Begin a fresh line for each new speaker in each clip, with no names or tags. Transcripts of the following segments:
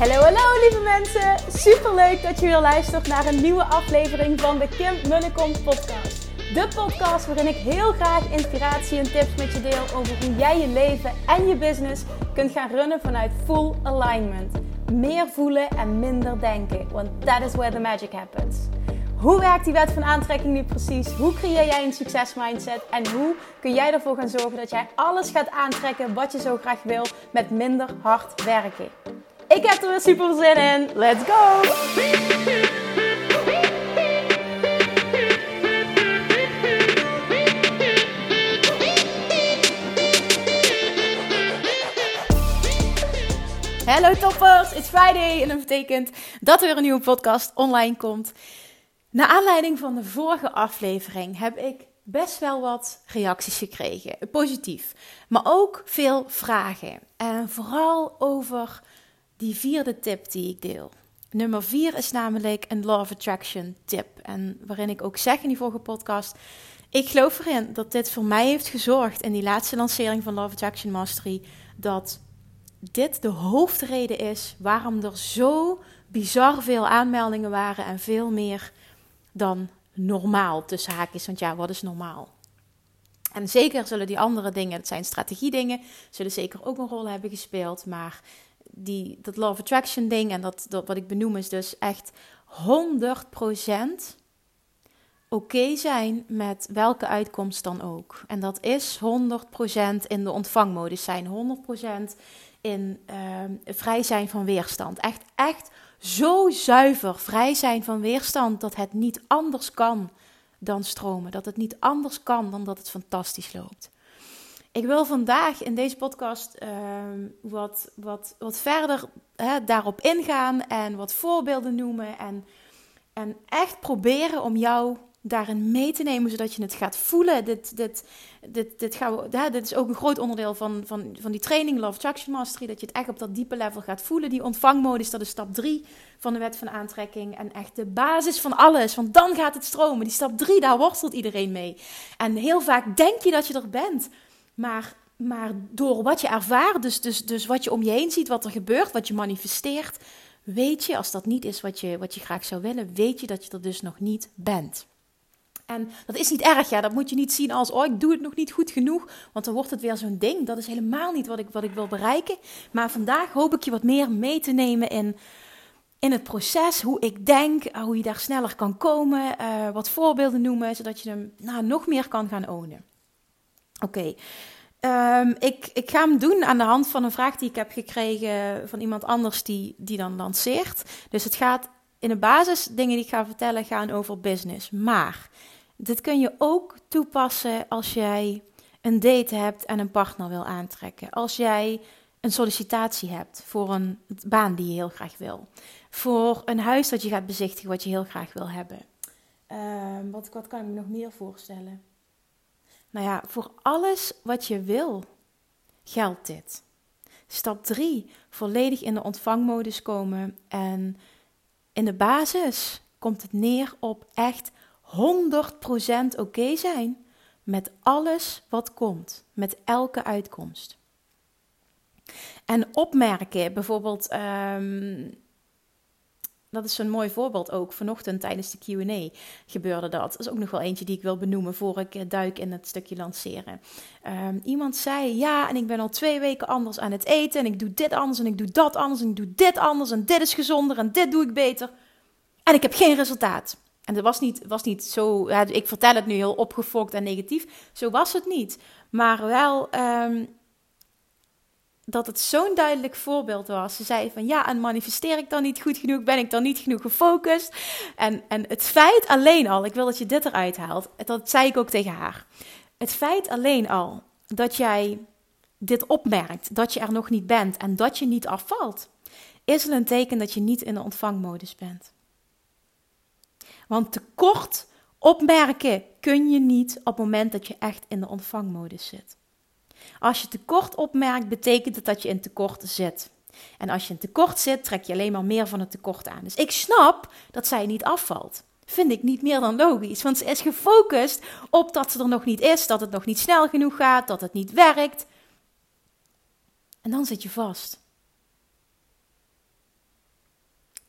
Hallo lieve mensen, superleuk dat je weer luistert naar een nieuwe aflevering van de Kim Munnekom podcast. De podcast waarin ik heel graag inspiratie en tips met je deel over hoe jij je leven en je business kunt gaan runnen vanuit full alignment. Meer voelen en minder denken, want that is where the magic happens. Hoe werkt die wet van aantrekking nu precies? Hoe creëer jij een succesmindset? En hoe kun jij ervoor gaan zorgen dat jij alles gaat aantrekken wat je zo graag wil met minder hard werken? Ik heb er weer super zin in. Let's go! Hallo toppers, it's Friday en dat betekent dat er weer een nieuwe podcast online komt. Naar aanleiding van de vorige aflevering heb ik best wel wat reacties gekregen. Positief, maar ook veel vragen. En vooral over die 4e tip die ik deel. Nummer 4 is namelijk een Law of Attraction tip. En waarin ik ook zeg in die vorige podcast, ik geloof erin dat dit voor mij heeft gezorgd in die laatste lancering van Law of Attraction Mastery, dat dit de hoofdreden is waarom er zo bizar veel aanmeldingen waren en veel meer dan normaal tussen haakjes. Want ja, wat is normaal? En zeker zullen die andere dingen, dat zijn strategiedingen, zullen zeker ook een rol hebben gespeeld. Maar dat Law of Attraction ding en dat wat ik benoem is dus echt 100% oké zijn met welke uitkomst dan ook. En dat is 100% in de ontvangmodus zijn, 100% in vrij zijn van weerstand. Echt zo zuiver vrij zijn van weerstand dat het niet anders kan dan stromen. Dat het niet anders kan dan dat het fantastisch loopt. Ik wil vandaag in deze podcast wat verder daarop ingaan en wat voorbeelden noemen. En echt proberen om jou daarin mee te nemen, zodat je het gaat voelen. Dit is ook een groot onderdeel van die training, Law of Attraction Mastery, dat je het echt op dat diepe level gaat voelen. Die ontvangmodus, dat is stap 3 van de wet van aantrekking. En echt de basis van alles, want dan gaat het stromen. Die stap 3, daar worstelt iedereen mee. En heel vaak denk je dat je er bent, maar door wat je ervaart, dus wat je om je heen ziet, wat er gebeurt, wat je manifesteert, weet je, als dat niet is wat je graag zou willen, weet je dat je er dus nog niet bent. En dat is niet erg, ja. Dat moet je niet zien als, ik doe het nog niet goed genoeg, want dan wordt het weer zo'n ding. Dat is helemaal niet wat ik wil bereiken. Maar vandaag hoop ik je wat meer mee te nemen in het proces, hoe ik denk, hoe je daar sneller kan komen, wat voorbeelden noemen, zodat je hem nog meer kan gaan ownen. Oké. Ik ga hem doen aan de hand van een vraag die ik heb gekregen van iemand anders die dan lanceert. Dus het gaat in de basis, dingen die ik ga vertellen, gaan over business. Maar dit kun je ook toepassen als jij een date hebt en een partner wil aantrekken. Als jij een sollicitatie hebt voor een baan die je heel graag wil. Voor een huis dat je gaat bezichtigen wat je heel graag wil hebben. Wat kan ik me nog meer voorstellen? Nou ja, voor alles wat je wil geldt dit. Stap 3, volledig in de ontvangmodus komen. En in de basis komt het neer op echt 100% oké zijn met alles wat komt. Met elke uitkomst. En opmerken, bijvoorbeeld, dat is zo'n mooi voorbeeld ook. Vanochtend tijdens de Q&A gebeurde dat. Dat is ook nog wel eentje die ik wil benoemen voor ik duik in het stukje lanceren. Iemand zei, ja, en ik ben al 2 weken anders aan het eten. En ik doe dit anders en ik doe dat anders en ik doe dit anders. En dit is gezonder en dit doe ik beter. En ik heb geen resultaat. En dat was niet zo, ik vertel het nu heel opgefokt en negatief. Zo was het niet. Maar wel dat het zo'n duidelijk voorbeeld was. Ze zei van ja, en manifesteer ik dan niet goed genoeg? Ben ik dan niet genoeg gefocust? En het feit alleen al, ik wil dat je dit eruit haalt. Dat zei ik ook tegen haar. Het feit alleen al dat jij dit opmerkt, dat je er nog niet bent en dat je niet afvalt, is al een teken dat je niet in de ontvangmodus bent. Want tekort opmerken kun je niet op het moment dat je echt in de ontvangmodus zit. Als je tekort opmerkt, betekent het dat je in tekort zit. En als je in tekort zit, trek je alleen maar meer van het tekort aan. Dus ik snap dat zij niet afvalt. Vind ik niet meer dan logisch. Want ze is gefocust op dat ze er nog niet is, dat het nog niet snel genoeg gaat, dat het niet werkt. En dan zit je vast.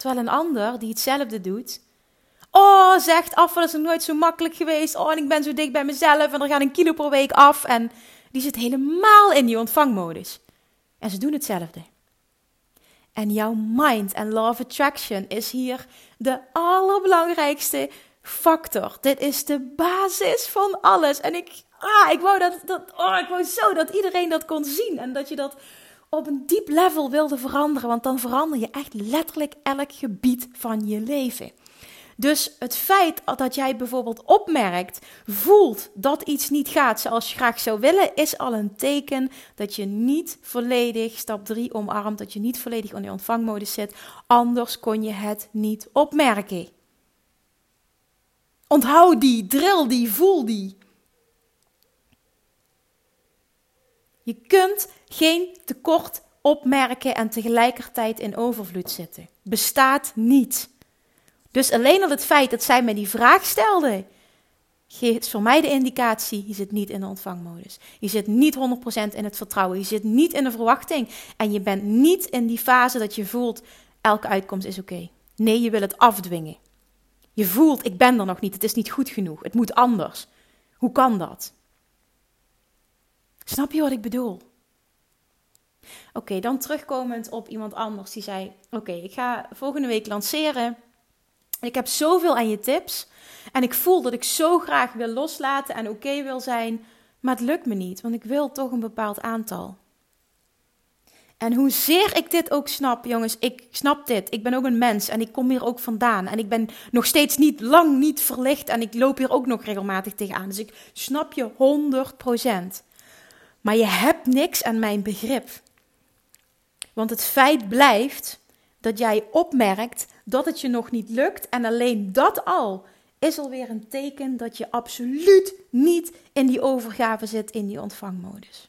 Terwijl een ander die hetzelfde doet, oh, zegt afvallen is nog nooit zo makkelijk geweest. Oh, en ik ben zo dicht bij mezelf en er gaat 1 kilo per week af. En die zit helemaal in die ontvangmodus. En ze doen hetzelfde. En jouw mind en law of attraction is hier de allerbelangrijkste factor. Dit is de basis van alles. En ik wou zo dat iedereen dat kon zien. En dat je dat op een diep level wilde veranderen. Want dan verander je echt letterlijk elk gebied van je leven. Dus het feit dat jij bijvoorbeeld opmerkt, voelt dat iets niet gaat zoals je graag zou willen, is al een teken dat je niet volledig stap 3 omarmt, dat je niet volledig in die ontvangmodus zit. Anders kon je het niet opmerken. Onthoud die, drill die, voel die. Je kunt geen tekort opmerken en tegelijkertijd in overvloed zitten. Bestaat niet. Dus alleen al het feit dat zij mij die vraag stelde, geeft voor mij de indicatie, je zit niet in de ontvangmodus. Je zit niet 100% in het vertrouwen. Je zit niet in de verwachting. En je bent niet in die fase dat je voelt, elke uitkomst is oké. Nee, je wil het afdwingen. Je voelt, ik ben er nog niet, het is niet goed genoeg, het moet anders. Hoe kan dat? Snap je wat ik bedoel? Oké, dan terugkomend op iemand anders die zei, oké, ik ga volgende week lanceren. Ik heb zoveel aan je tips en ik voel dat ik zo graag wil loslaten en oké wil zijn, maar het lukt me niet, want ik wil toch een bepaald aantal. En hoezeer ik dit ook snap, jongens, ik snap dit. Ik ben ook een mens en ik kom hier ook vandaan. En ik ben nog steeds lang niet verlicht en ik loop hier ook nog regelmatig tegenaan. Dus ik snap je 100%. Maar je hebt niks aan mijn begrip. Want het feit blijft dat jij opmerkt dat het je nog niet lukt. En alleen dat al is alweer een teken dat je absoluut niet in die overgave zit, in die ontvangmodus.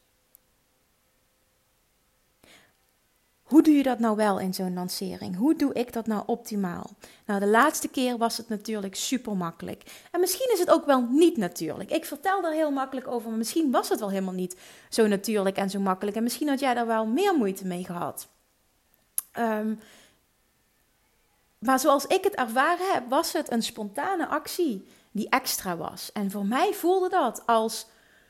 Hoe doe je dat nou wel in zo'n lancering? Hoe doe ik dat nou optimaal? Nou, de laatste keer was het natuurlijk super makkelijk. En misschien is het ook wel niet natuurlijk. Ik vertel daar heel makkelijk over, maar misschien was het wel helemaal niet zo natuurlijk en zo makkelijk. En misschien had jij daar wel meer moeite mee gehad. Maar zoals ik het ervaren heb, was het een spontane actie die extra was. En voor mij voelde dat als,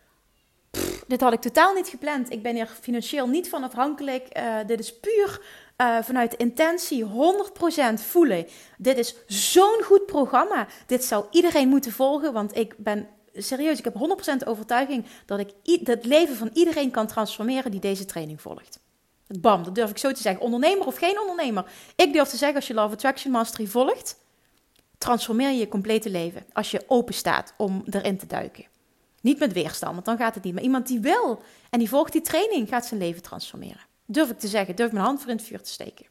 dit had ik totaal niet gepland. Ik ben er financieel niet van afhankelijk. Dit is puur vanuit de intentie 100% voelen. Dit is zo'n goed programma. Dit zou iedereen moeten volgen, want ik ben serieus, ik heb 100% overtuiging dat ik het leven van iedereen kan transformeren die deze training volgt. Bam, dat durf ik zo te zeggen. Ondernemer of geen ondernemer. Ik durf te zeggen, als je Law of Attraction Mastery volgt, transformeer je je complete leven. Als je open staat om erin te duiken. Niet met weerstand, want dan gaat het niet. Maar iemand die wil en die volgt die training, gaat zijn leven transformeren. Durf ik te zeggen, durf mijn hand voor in het vuur te steken.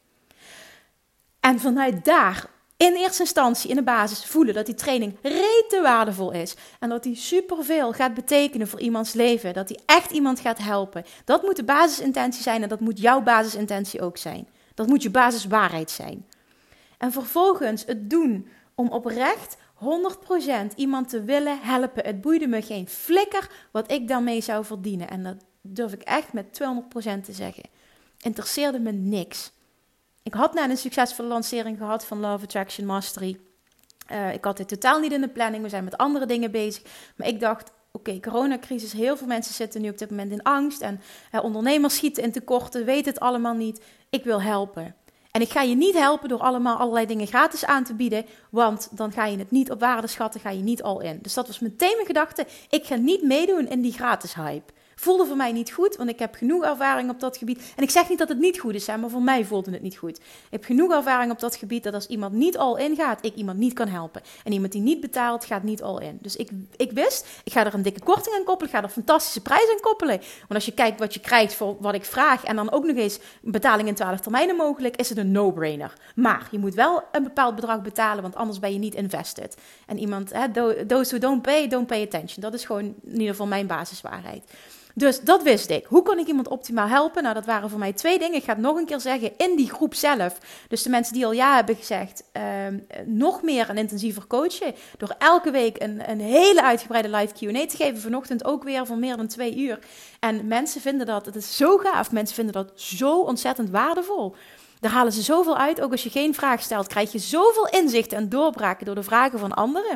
En vanuit daar, in eerste instantie, in de basis, voelen dat die training rete waardevol is. En dat die superveel gaat betekenen voor iemands leven. Dat die echt iemand gaat helpen. Dat moet de basisintentie zijn en dat moet jouw basisintentie ook zijn. Dat moet je basiswaarheid zijn. En vervolgens het doen om oprecht 100% iemand te willen helpen. Het boeide me geen flikker wat ik daarmee zou verdienen. En dat durf ik echt met 200% te zeggen. Interesseerde me niks. Ik had net een succesvolle lancering gehad van Law of Attraction Mastery. Ik had dit totaal niet in de planning. We zijn met andere dingen bezig. Maar ik dacht, oké, coronacrisis. Heel veel mensen zitten nu op dit moment in angst. En ondernemers schieten in tekorten, weten het allemaal niet. Ik wil helpen. En ik ga je niet helpen door allemaal allerlei dingen gratis aan te bieden. Want dan ga je het niet op waarde schatten, ga je niet al in. Dus dat was meteen mijn gedachte. Ik ga niet meedoen in die gratis hype. Voelde voor mij niet goed, want ik heb genoeg ervaring op dat gebied. En ik zeg niet dat het niet goed is, maar voor mij voelde het niet goed. Ik heb genoeg ervaring op dat gebied dat als iemand niet all in gaat, ik iemand niet kan helpen. En iemand die niet betaalt, gaat niet all in. Dus ik wist, ik ga er een dikke korting aan koppelen, ik ga er een fantastische prijs aan koppelen. Want als je kijkt wat je krijgt voor wat ik vraag en dan ook nog eens betaling in 12 termijnen mogelijk, is het een no-brainer. Maar je moet wel een bepaald bedrag betalen, want anders ben je niet invested. En iemand, those who don't pay attention. Dat is gewoon in ieder geval mijn basiswaarheid. Dus dat wist ik. Hoe kon ik iemand optimaal helpen? Nou, dat waren voor mij 2 dingen. Ik ga het nog een keer zeggen, in die groep zelf. Dus de mensen die al ja hebben gezegd, nog meer en intensiever coachen. Door elke week een hele uitgebreide live Q&A te geven. Vanochtend ook weer van meer dan 2 uur. En mensen vinden dat, het is zo gaaf. Mensen vinden dat zo ontzettend waardevol. Daar halen ze zoveel uit. Ook als je geen vraag stelt, krijg je zoveel inzichten en doorbraken door de vragen van anderen.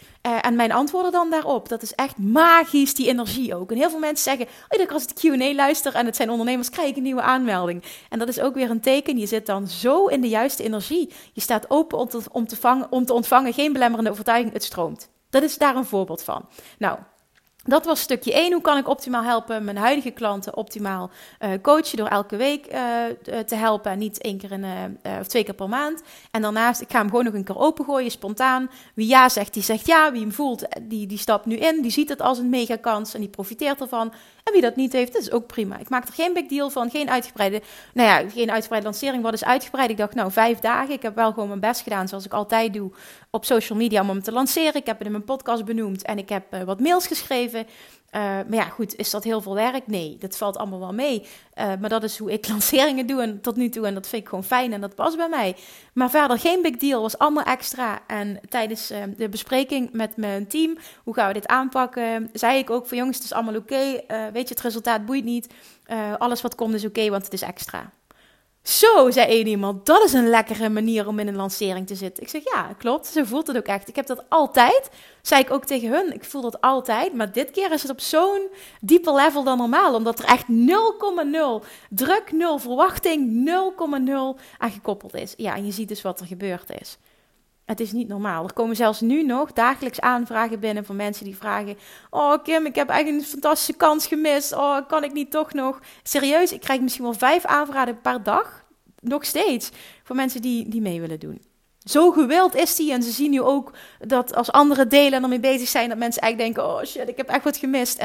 En mijn antwoorden dan daarop, dat is echt magisch, die energie ook. En heel veel mensen zeggen, als ik de Q&A luister en het zijn ondernemers, krijg ik een nieuwe aanmelding. En dat is ook weer een teken, je zit dan zo in de juiste energie. Je staat open om te ontvangen, geen belemmerende overtuiging, het stroomt. Dat is daar een voorbeeld van. Nou, dat was stukje 1. Hoe kan ik optimaal helpen? Mijn huidige klanten optimaal coachen door elke week te helpen. En niet 1 keer of 2 keer per maand. En daarnaast, ik ga hem gewoon nog een keer opengooien, spontaan. Wie ja zegt, die zegt ja. Wie hem voelt, die stapt nu in. Die ziet het als een mega kans en die profiteert ervan. En wie dat niet heeft, dat is ook prima. Ik maak er geen big deal van, geen uitgebreide lancering. Wat is uitgebreid? Ik dacht, 5 dagen. Ik heb wel gewoon mijn best gedaan, zoals ik altijd doe, op social media om hem te lanceren. Ik heb het in mijn podcast benoemd en ik heb wat mails geschreven. Maar ja, goed, is dat heel veel werk? Nee, dat valt allemaal wel mee. Maar dat is hoe ik lanceringen doe en tot nu toe. En dat vind ik gewoon fijn en dat past bij mij. Maar verder geen big deal, was allemaal extra. En tijdens de bespreking met mijn team, hoe gaan we dit aanpakken, zei ik ook van jongens, het is allemaal oké. Weet je, het resultaat boeit niet. Alles wat komt is oké, want het is extra. Zo, zei één iemand, dat is een lekkere manier om in een lancering te zitten. Ik zeg, ja, klopt, zo voelt het ook echt. Ik heb dat altijd, zei ik ook tegen hun, ik voel dat altijd. Maar dit keer is het op zo'n dieper level dan normaal. Omdat er echt 0,0 druk, 0 verwachting, 0,0 aan gekoppeld is. Ja, en je ziet dus wat er gebeurd is. Het is niet normaal. Er komen zelfs nu nog dagelijks aanvragen binnen van mensen die vragen, oh Kim, ik heb eigenlijk een fantastische kans gemist. Oh, kan ik niet toch nog? Serieus, ik krijg misschien wel 5 aanvragen per dag. Nog steeds. Voor mensen die mee willen doen. Zo gewild is die. En ze zien nu ook dat als anderen delen en ermee bezig zijn, dat mensen eigenlijk denken, oh shit, ik heb echt wat gemist.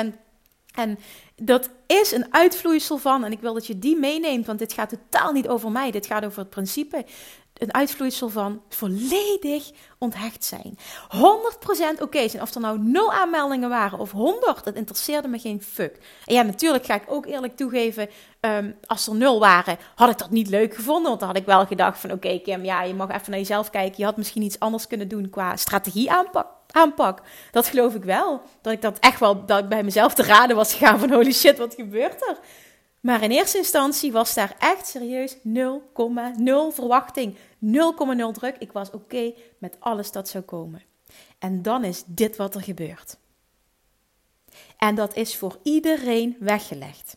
En dat is een uitvloeisel van, en ik wil dat je die meeneemt, want dit gaat totaal niet over mij. Dit gaat over het principe. Een uitvloeisel van volledig onthecht zijn. 100% oké zijn. Of er nou 0 aanmeldingen waren of 100, dat interesseerde me geen fuck. En ja, natuurlijk ga ik ook eerlijk toegeven, als er 0 waren, had ik dat niet leuk gevonden. Want dan had ik wel gedacht van oké, Kim, ja, je mag even naar jezelf kijken. Je had misschien iets anders kunnen doen qua strategie aanpak. Dat geloof ik wel. Dat ik bij mezelf te raden was gegaan van holy shit, wat gebeurt er? Maar in eerste instantie was daar echt serieus 0,0 verwachting, 0,0 druk. Ik was oké met alles dat zou komen. En dan is dit wat er gebeurt. En dat is voor iedereen weggelegd.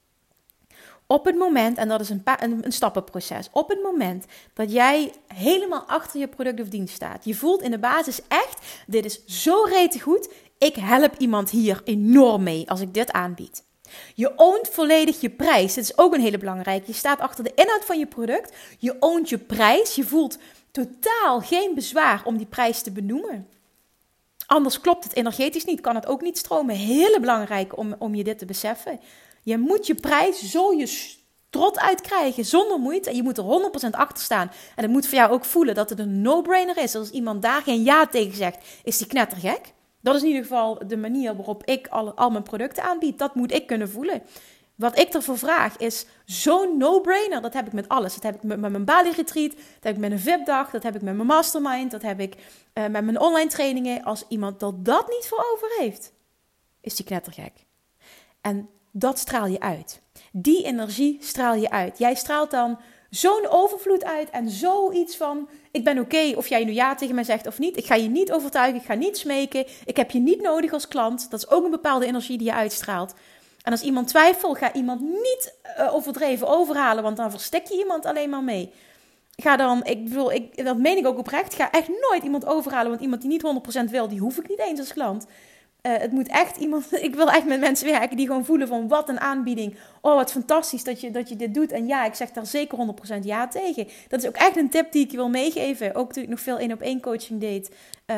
Op het moment, en dat is een stappenproces, op het moment dat jij helemaal achter je product of dienst staat, je voelt in de basis echt, dit is zo rete goed, ik help iemand hier enorm mee als ik dit aanbied. Je ownt volledig je prijs. Dit is ook een hele belangrijke. Je staat achter de inhoud van je product. Je ownt je prijs. Je voelt totaal geen bezwaar om die prijs te benoemen. Anders klopt het energetisch niet. Kan het ook niet stromen. Hele belangrijk om je dit te beseffen. Je moet je prijs zo je strot uitkrijgen. Zonder moeite. En je moet er 100% achter staan. En het moet voor jou ook voelen dat het een no-brainer is. Als iemand daar geen ja tegen zegt, is die knettergek. Dat is in ieder geval de manier waarop ik al mijn producten aanbied. Dat moet ik kunnen voelen. Wat ik ervoor vraag is zo'n no-brainer. Dat heb ik met alles. Dat heb ik met mijn Bali Retreat. Dat heb ik met een VIP-dag. Dat heb ik met mijn mastermind. Dat heb ik met mijn online trainingen. Als iemand dat niet voor over heeft, is die knettergek. En dat straal je uit. Die energie straal je uit. Jij straalt dan zo'n overvloed uit en zoiets van, ik ben oké of jij nu ja tegen mij zegt of niet. Ik ga je niet overtuigen, ik ga niet smeken. Ik heb je niet nodig als klant. Dat is ook een bepaalde energie die je uitstraalt. En als iemand twijfelt, ga iemand niet overdreven overhalen, want dan verstek je iemand alleen maar mee. Ga dan, dat meen ik ook oprecht, ga echt nooit iemand overhalen, want iemand die niet 100% wil, die hoef ik niet eens als klant. Het moet echt iemand, ik wil echt met mensen werken die gewoon voelen van wat een aanbieding. Oh, wat fantastisch dat je dit doet. En ja, ik zeg daar zeker 100% ja tegen. Dat is ook echt een tip die ik je wil meegeven. Ook toen ik nog veel 1-op-1 coaching deed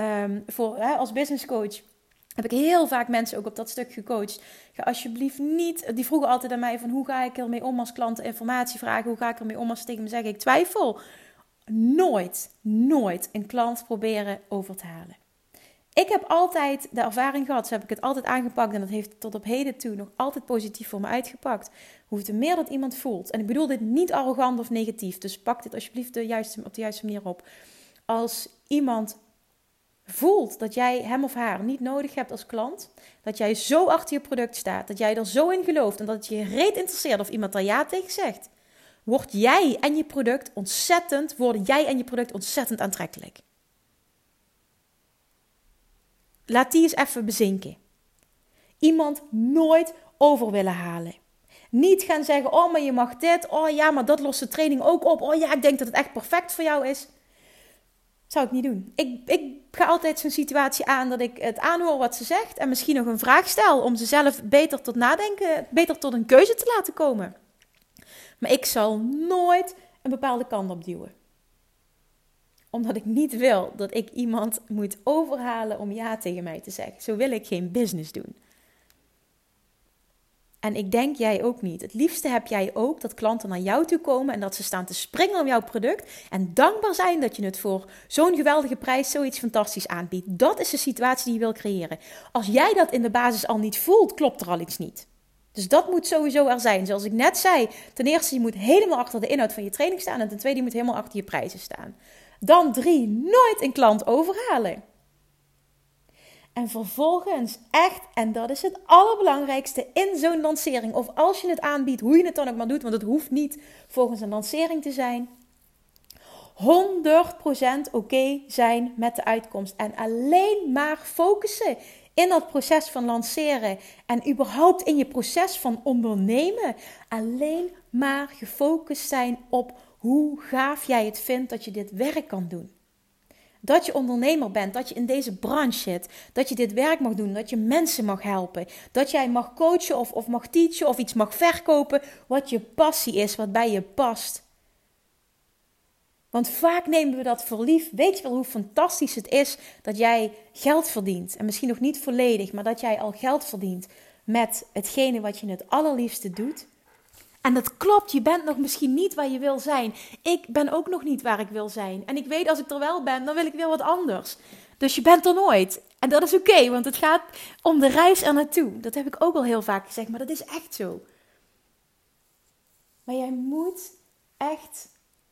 als business coach. Heb ik heel vaak mensen ook op dat stuk gecoacht. Ga alsjeblieft niet, die vroegen altijd aan mij van hoe ga ik ermee om als klanten informatie vragen. Hoe ga ik ermee om als ze tegen me zeggen ik twijfel. Nooit een klant proberen over te halen. Ik heb altijd de ervaring gehad, zo heb ik het altijd aangepakt en dat heeft tot op heden toe nog altijd positief voor me uitgepakt. Hoe te meer dat iemand voelt, en ik bedoel dit niet arrogant of negatief, dus pak dit alsjeblieft op de juiste manier op. Als iemand voelt dat jij hem of haar niet nodig hebt als klant, dat jij zo achter je product staat, dat jij er zo in gelooft en dat het je reet interesseert of iemand er ja tegen zegt, worden jij en je product ontzettend aantrekkelijk. Laat die eens even bezinken. Iemand nooit over willen halen. Niet gaan zeggen, oh maar je mag dit, oh ja maar dat lost de training ook op, oh ja ik denk dat het echt perfect voor jou is. Zou ik niet doen. Ik ga altijd zo'n situatie aan dat ik het aanhoor wat ze zegt en misschien nog een vraag stel om ze zelf beter tot nadenken, beter tot een keuze te laten komen. Maar ik zal nooit een bepaalde kant op duwen. Omdat ik niet wil dat ik iemand moet overhalen om ja tegen mij te zeggen. Zo wil ik geen business doen. En ik denk jij ook niet. Het liefste heb jij ook dat klanten naar jou toe komen en dat ze staan te springen om jouw product en dankbaar zijn dat je het voor zo'n geweldige prijs zoiets fantastisch aanbiedt. Dat is de situatie die je wil creëren. Als jij dat in de basis al niet voelt, klopt er al iets niet. Dus dat moet sowieso er zijn. Zoals ik net zei, ten eerste je moet helemaal achter de inhoud van je training staan en ten tweede je moet helemaal achter je prijzen staan. Dan 3, nooit een klant overhalen. En vervolgens echt, en dat is het allerbelangrijkste in zo'n lancering, of als je het aanbiedt, hoe je het dan ook maar doet, want het hoeft niet volgens een lancering te zijn, 100% oké zijn met de uitkomst. En alleen maar focussen in dat proces van lanceren en überhaupt in je proces van ondernemen. Alleen maar gefocust zijn op hoe gaaf jij het vindt dat je dit werk kan doen. Dat je ondernemer bent, dat je in deze branche zit, dat je dit werk mag doen, dat je mensen mag helpen, dat jij mag coachen of mag teachen of iets mag verkopen wat je passie is, wat bij je past. Want vaak nemen we dat voor lief. Weet je wel hoe fantastisch het is dat jij geld verdient? En misschien nog niet volledig, maar dat jij al geld verdient met hetgene wat je het allerliefste doet. En dat klopt, je bent nog misschien niet waar je wil zijn. Ik ben ook nog niet waar ik wil zijn. En ik weet als ik er wel ben, dan wil ik weer wat anders. Dus je bent er nooit. En dat is oké, want het gaat om de reis er naartoe. Dat heb ik ook al heel vaak gezegd, maar dat is echt zo. Maar jij moet echt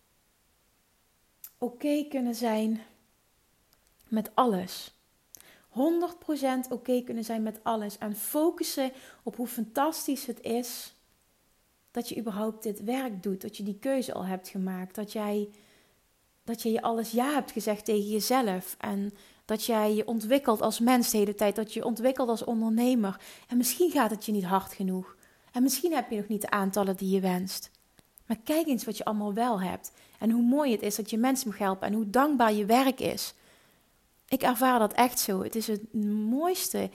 oké kunnen zijn met alles. 100% oké kunnen zijn met alles. En focussen op hoe fantastisch het is dat je überhaupt dit werk doet. Dat je die keuze al hebt gemaakt. Dat je alles ja hebt gezegd tegen jezelf. En dat jij je ontwikkelt als mens de hele tijd. Dat je je ontwikkelt als ondernemer. En misschien gaat het je niet hard genoeg. En misschien heb je nog niet de aantallen die je wenst. Maar kijk eens wat je allemaal wel hebt. En hoe mooi het is dat je mensen mag helpen. En hoe dankbaar je werk is. Ik ervaar dat echt zo. Het is het mooiste.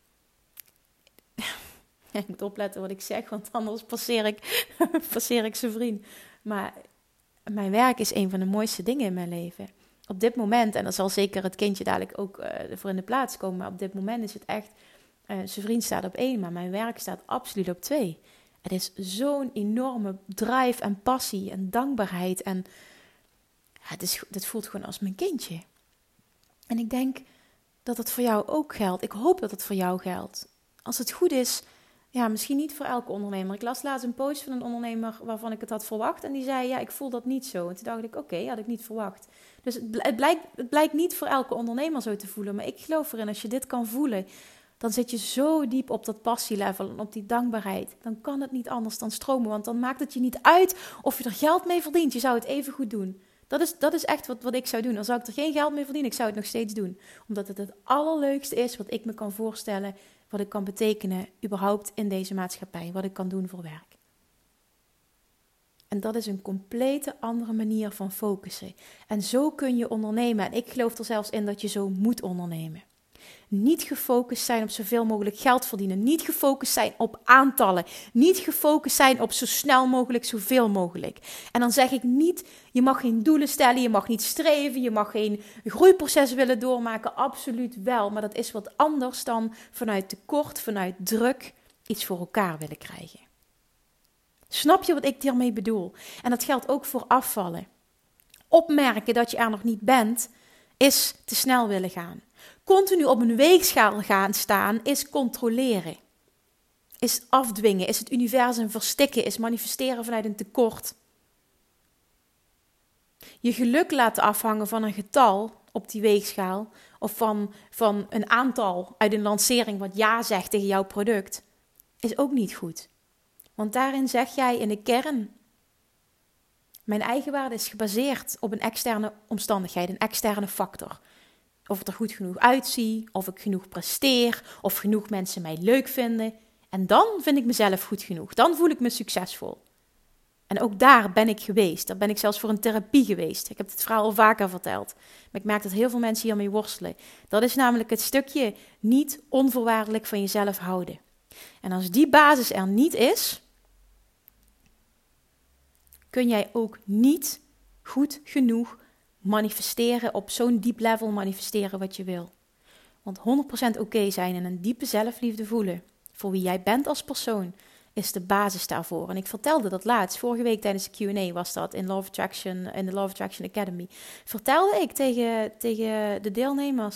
Ik moet opletten wat ik zeg, want anders passeer ik zijn vriend. Maar mijn werk is een van de mooiste dingen in mijn leven. Op dit moment, en dan zal zeker het kindje dadelijk ook voor in de plaats komen. Maar op dit moment is het echt, zijn vriend staat op 1, maar mijn werk staat absoluut op 2. Het is zo'n enorme drive en passie en dankbaarheid. En ja, dit voelt gewoon als mijn kindje. En ik denk dat het voor jou ook geldt. Ik hoop dat het voor jou geldt. Als het goed is, ja, misschien niet voor elke ondernemer. Ik las laatst een post van een ondernemer waarvan ik het had verwacht. En die zei, ja, ik voel dat niet zo. En toen dacht ik, oké, had ik niet verwacht. Dus het blijkt niet voor elke ondernemer zo te voelen. Maar ik geloof erin, als je dit kan voelen, dan zit je zo diep op dat passielevel en op die dankbaarheid. Dan kan het niet anders dan stromen. Want dan maakt het je niet uit of je er geld mee verdient. Je zou het even goed doen. Dat is echt wat ik zou doen. Dan zou ik er geen geld mee verdienen, ik zou het nog steeds doen. Omdat het allerleukste is wat ik me kan voorstellen, wat ik kan betekenen überhaupt in deze maatschappij. Wat ik kan doen voor werk. En dat is een complete andere manier van focussen. En zo kun je ondernemen. En ik geloof er zelfs in dat je zo moet ondernemen. Niet gefocust zijn op zoveel mogelijk geld verdienen. Niet gefocust zijn op aantallen. Niet gefocust zijn op zo snel mogelijk, zoveel mogelijk. En dan zeg ik niet, je mag geen doelen stellen, je mag niet streven, je mag geen groeiproces willen doormaken. Absoluut wel, maar dat is wat anders dan vanuit tekort, vanuit druk iets voor elkaar willen krijgen. Snap je wat ik hiermee bedoel? En dat geldt ook voor afvallen. Opmerken dat je er nog niet bent, is te snel willen gaan. Continu op een weegschaal gaan staan is controleren. Is afdwingen, is het universum verstikken, is manifesteren vanuit een tekort. Je geluk laten afhangen van een getal op die weegschaal of van een aantal uit een lancering wat ja zegt tegen jouw product, is ook niet goed. Want daarin zeg jij in de kern Mijn eigenwaarde is gebaseerd op een externe omstandigheid, een externe factor. Of ik er goed genoeg uitzie, of ik genoeg presteer, of genoeg mensen mij leuk vinden. En dan vind ik mezelf goed genoeg. Dan voel ik me succesvol. En ook daar ben ik geweest. Daar ben ik zelfs voor een therapie geweest. Ik heb het verhaal al vaker verteld. Maar ik merk dat heel veel mensen hiermee worstelen. Dat is namelijk het stukje niet onvoorwaardelijk van jezelf houden. En als die basis er niet is, kun jij ook niet goed genoeg manifesteren, op zo'n diep level manifesteren wat je wil. Want 100% oké zijn en een diepe zelfliefde voelen voor wie jij bent als persoon is de basis daarvoor. En ik vertelde dat laatst, vorige week tijdens de Q&A was dat in Love Attraction, in de Love Attraction Academy. Vertelde ik tegen de deelnemers,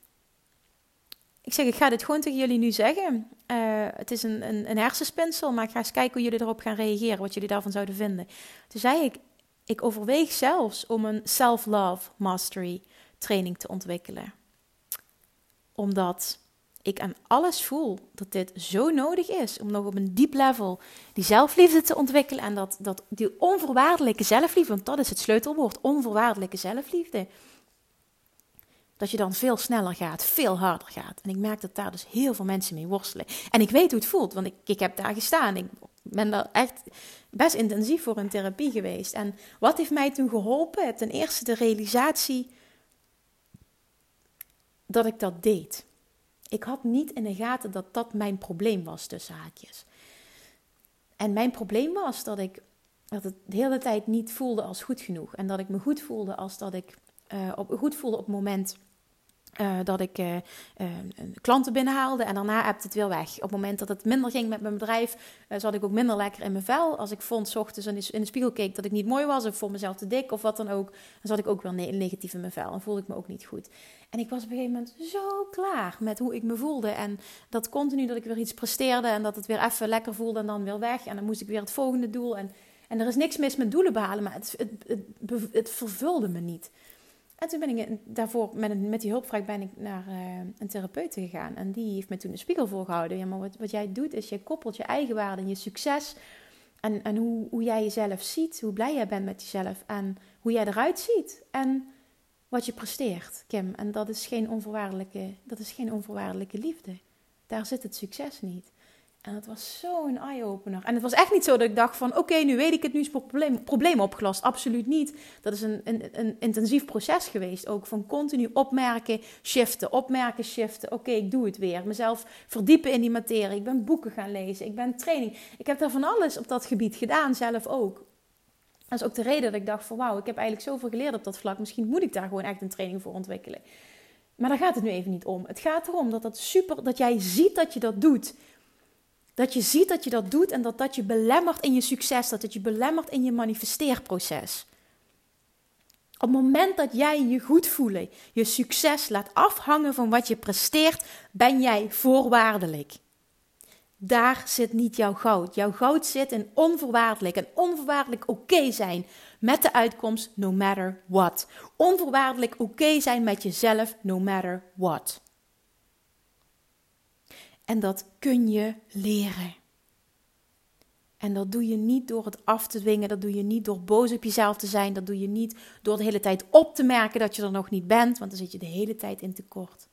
ik zeg, ik ga dit gewoon tegen jullie nu zeggen. Het is een hersenspinsel, maar ik ga eens kijken hoe jullie erop gaan reageren, wat jullie daarvan zouden vinden. Toen zei ik overweeg zelfs om een self-love mastery training te ontwikkelen. Omdat ik aan alles voel dat dit zo nodig is om nog op een diep level die zelfliefde te ontwikkelen. En dat die onvoorwaardelijke zelfliefde, want dat is het sleutelwoord, onvoorwaardelijke zelfliefde. Dat je dan veel sneller gaat, veel harder gaat. En ik merk dat daar dus heel veel mensen mee worstelen. En ik weet hoe het voelt, want ik heb daar gestaan. Ik ben daar echt best intensief voor een therapie geweest. En wat heeft mij toen geholpen? Ten eerste de realisatie dat ik dat deed. Ik had niet in de gaten dat dat mijn probleem was, tussen haakjes. En mijn probleem was dat het de hele tijd niet voelde als goed genoeg. En dat ik me goed voelde als dat ik goed voelde op het moment dat ik klanten binnenhaalde. En daarna ebte het weer weg. Op het moment dat het minder ging met mijn bedrijf, zat ik ook minder lekker in mijn vel. Als ik vond, 's ochtends in de spiegel keek dat ik niet mooi was, of vond mezelf te dik of wat dan ook, dan zat ik ook weer negatief in mijn vel. En voelde ik me ook niet goed. En ik was op een gegeven moment zo klaar met hoe ik me voelde. En dat continu dat ik weer iets presteerde en dat het weer even lekker voelde en dan weer weg. En dan moest ik weer het volgende doel. En er is niks mis met doelen behalen, maar het vervulde me niet. En toen ben ik daarvoor, met die hulpvraag, ben ik naar een therapeut gegaan. En die heeft me toen een spiegel voorgehouden. Ja, maar wat jij doet is, je koppelt je eigenwaarde en je succes. En hoe jij jezelf ziet, hoe blij jij bent met jezelf. En hoe jij eruit ziet. En wat je presteert, Kim. En dat is geen onvoorwaardelijke liefde. Daar zit het succes niet. En dat was zo'n eye-opener. En het was echt niet zo dat ik dacht van, oké, nu weet ik het, nu is het probleem opgelost. Absoluut niet. Dat is een intensief proces geweest. Ook van continu opmerken, shiften. Oké, ik doe het weer. Mezelf verdiepen in die materie. Ik ben boeken gaan lezen. Ik ben training. Ik heb daar van alles op dat gebied gedaan, zelf ook. Dat is ook de reden dat ik dacht van, wauw, ik heb eigenlijk zoveel geleerd op dat vlak. Misschien moet ik daar gewoon echt een training voor ontwikkelen. Maar daar gaat het nu even niet om. Het gaat erom dat jij ziet dat je dat doet. Dat je ziet dat je dat doet en dat je belemmert in je succes. Dat het je belemmert in je manifesteerproces. Op het moment dat jij je goed voelen, je succes laat afhangen van wat je presteert, ben jij voorwaardelijk. Daar zit niet jouw goud. Jouw goud zit in onvoorwaardelijk. En onvoorwaardelijk oké zijn met de uitkomst, no matter what. Onvoorwaardelijk oké zijn met jezelf, no matter what. En dat kun je leren. En dat doe je niet door het af te dwingen. Dat doe je niet door boos op jezelf te zijn. Dat doe je niet door de hele tijd op te merken dat je er nog niet bent. Want dan zit je de hele tijd in tekort.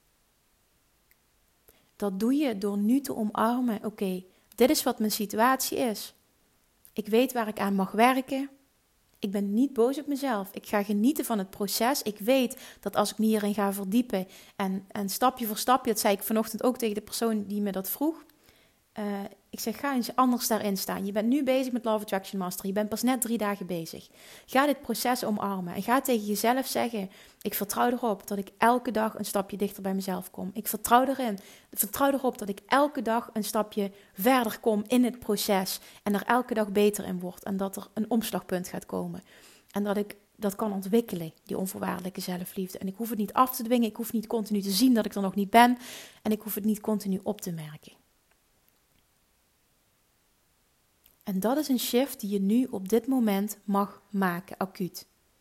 Dat doe je door nu te omarmen. Oké, dit is wat mijn situatie is. Ik weet waar ik aan mag werken. Ik ben niet boos op mezelf. Ik ga genieten van het proces. Ik weet dat als ik me hierin ga verdiepen en stapje voor stapje, dat zei ik vanochtend ook tegen de persoon die me dat vroeg. Ik zeg, ga eens anders daarin staan. Je bent nu bezig met Love Attraction Mastery. Je bent pas net 3 dagen bezig. Ga dit proces omarmen. En ga tegen jezelf zeggen, ik vertrouw erop dat ik elke dag een stapje dichter bij mezelf kom. Ik vertrouw erop dat ik elke dag een stapje verder kom in het proces. En er elke dag beter in word. En dat er een omslagpunt gaat komen. En dat ik dat kan ontwikkelen, die onvoorwaardelijke zelfliefde. En ik hoef het niet af te dwingen. Ik hoef niet continu te zien dat ik er nog niet ben. En ik hoef het niet continu op te merken. En dat is een shift die je nu op dit moment mag maken, acuut.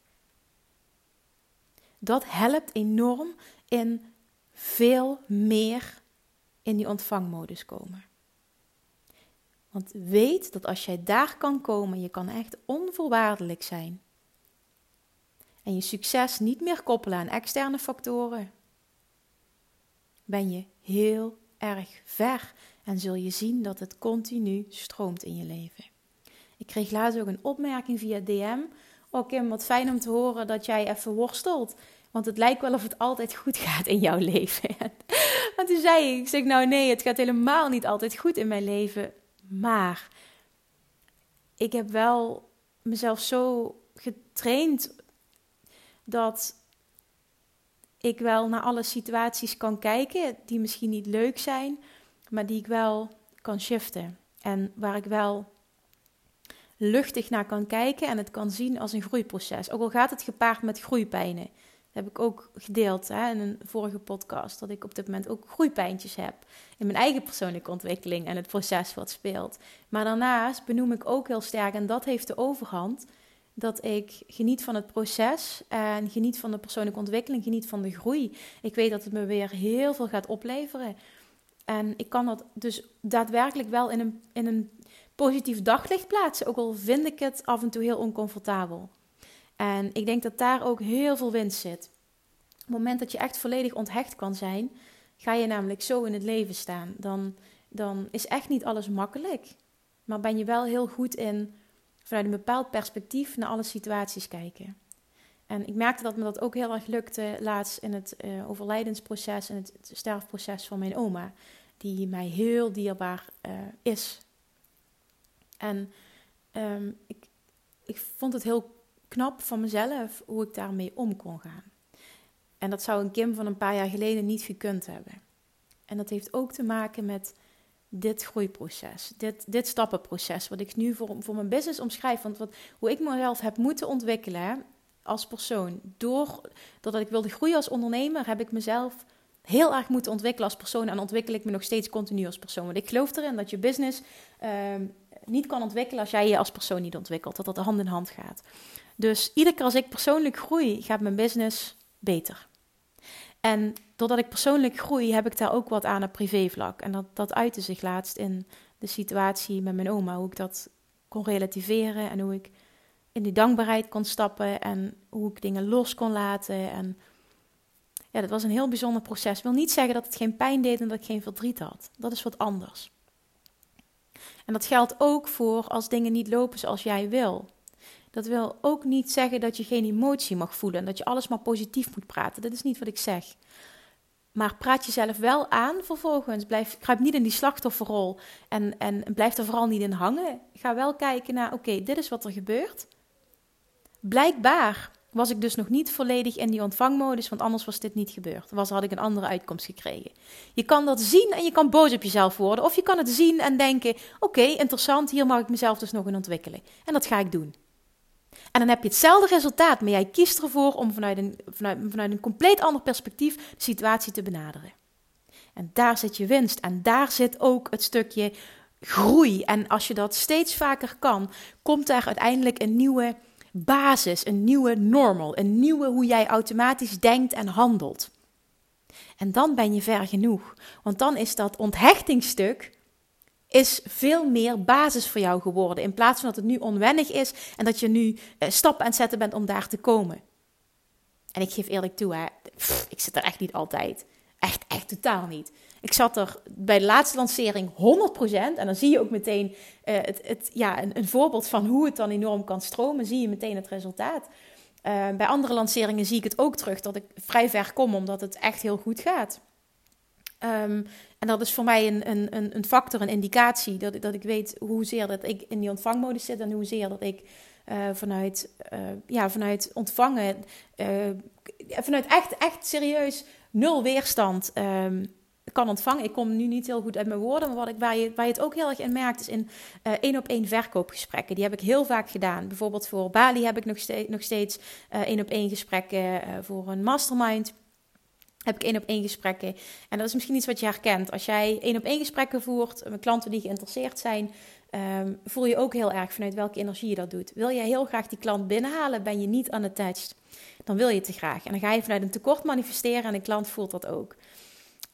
Dat helpt enorm in veel meer in die ontvangmodus komen. Want weet dat als jij daar kan komen, je kan echt onvoorwaardelijk zijn. En je succes niet meer koppelen aan externe factoren. Ben je heel erg ver en zul je zien dat het continu stroomt in je leven. Ik kreeg laatst ook een opmerking via DM. Oh Kim, wat fijn om te horen dat jij even worstelt. Want het lijkt wel of het altijd goed gaat in jouw leven. En toen zei ik zeg nou nee, het gaat helemaal niet altijd goed in mijn leven. Maar ik heb wel mezelf zo getraind dat ik wel naar alle situaties kan kijken die misschien niet leuk zijn, maar die ik wel kan shiften. En waar ik wel luchtig naar kan kijken en het kan zien als een groeiproces. Ook al gaat het gepaard met groeipijnen. Dat heb ik ook gedeeld in een vorige podcast. Dat ik op dit moment ook groeipijntjes heb. In mijn eigen persoonlijke ontwikkeling en het proces wat speelt. Maar daarnaast benoem ik ook heel sterk, en dat heeft de overhand, dat ik geniet van het proces en geniet van de persoonlijke ontwikkeling, geniet van de groei. Ik weet dat het me weer heel veel gaat opleveren. En ik kan dat dus daadwerkelijk wel in een positief daglicht plaatsen, ook al vind ik het af en toe heel oncomfortabel. En ik denk dat daar ook heel veel winst zit. Op het moment dat je echt volledig onthecht kan zijn, ga je namelijk zo in het leven staan. Dan is echt niet alles makkelijk. Maar ben je wel heel goed in vanuit een bepaald perspectief naar alle situaties kijken. En ik merkte dat me dat ook heel erg lukte laatst in het overlijdensproces en het sterfproces van mijn oma. Die mij heel dierbaar is. En ik vond het heel knap van mezelf hoe ik daarmee om kon gaan. En dat zou een Kim van een paar jaar geleden niet gekund hebben. En dat heeft ook te maken met dit groeiproces, dit stappenproces, wat ik nu voor mijn business omschrijf. Want hoe ik mezelf heb moeten ontwikkelen als persoon, doordat ik wilde groeien als ondernemer, heb ik mezelf heel erg moeten ontwikkelen als persoon en ontwikkel ik me nog steeds continu als persoon. Want ik geloof erin dat je business niet kan ontwikkelen als jij je als persoon niet ontwikkelt, dat hand in hand gaat. Dus iedere keer als ik persoonlijk groei, gaat mijn business beter. En doordat ik persoonlijk groei, heb ik daar ook wat aan op privévlak. En dat uitte zich laatst in de situatie met mijn oma. Hoe ik dat kon relativeren en hoe ik in die dankbaarheid kon stappen. En hoe ik dingen los kon laten. En ja, dat was een heel bijzonder proces. Ik wil niet zeggen dat het geen pijn deed en dat ik geen verdriet had. Dat is wat anders. En dat geldt ook voor als dingen niet lopen zoals jij wil. Dat wil ook niet zeggen dat je geen emotie mag voelen en dat je alles maar positief moet praten. Dat is niet wat ik zeg. Maar praat jezelf wel aan vervolgens. Kruip niet in die slachtofferrol en blijf er vooral niet in hangen. Ga wel kijken naar, oké, dit is wat er gebeurt. Blijkbaar was ik dus nog niet volledig in die ontvangmodus, want anders was dit niet gebeurd. Had ik een andere uitkomst gekregen. Je kan dat zien en je kan boos op jezelf worden. Of je kan het zien en denken, oké, interessant, hier mag ik mezelf dus nog in ontwikkelen. En dat ga ik doen. En dan heb je hetzelfde resultaat, maar jij kiest ervoor om vanuit een compleet ander perspectief de situatie te benaderen. En daar zit je winst en daar zit ook het stukje groei. En als je dat steeds vaker kan, komt daar uiteindelijk een nieuwe basis, een nieuwe normal, een nieuwe hoe jij automatisch denkt en handelt. En dan ben je ver genoeg, want dan is dat onthechtingsstuk is veel meer basis voor jou geworden. In plaats van dat het nu onwennig is en dat je nu stappen aan het zetten bent om daar te komen. En ik geef eerlijk toe, ik zit er echt niet altijd. Echt totaal niet. Ik zat er bij de laatste lancering 100%. En dan zie je ook meteen een voorbeeld van hoe het dan enorm kan stromen. Zie je meteen het resultaat. Bij andere lanceringen zie ik het ook terug dat ik vrij ver kom omdat het echt heel goed gaat. En dat is voor mij een factor, een indicatie, dat ik weet hoezeer dat ik in die ontvangmodus zit en hoezeer dat ik vanuit ontvangen, vanuit echt serieus nul weerstand kan ontvangen. Ik kom nu niet heel goed uit mijn woorden, maar waar je het ook heel erg in merkt is in 1-op-1 verkoopgesprekken. Die heb ik heel vaak gedaan. Bijvoorbeeld voor Bali heb ik nog steeds 1-op-1 gesprekken, voor een mastermind heb ik 1-op-1 gesprekken. En dat is misschien iets wat je herkent. Als jij 1-op-1 gesprekken voert met klanten die geïnteresseerd zijn, voel je ook heel erg vanuit welke energie je dat doet. Wil jij heel graag die klant binnenhalen, ben je niet unattached. Dan wil je het te graag. En dan ga je vanuit een tekort manifesteren en de klant voelt dat ook.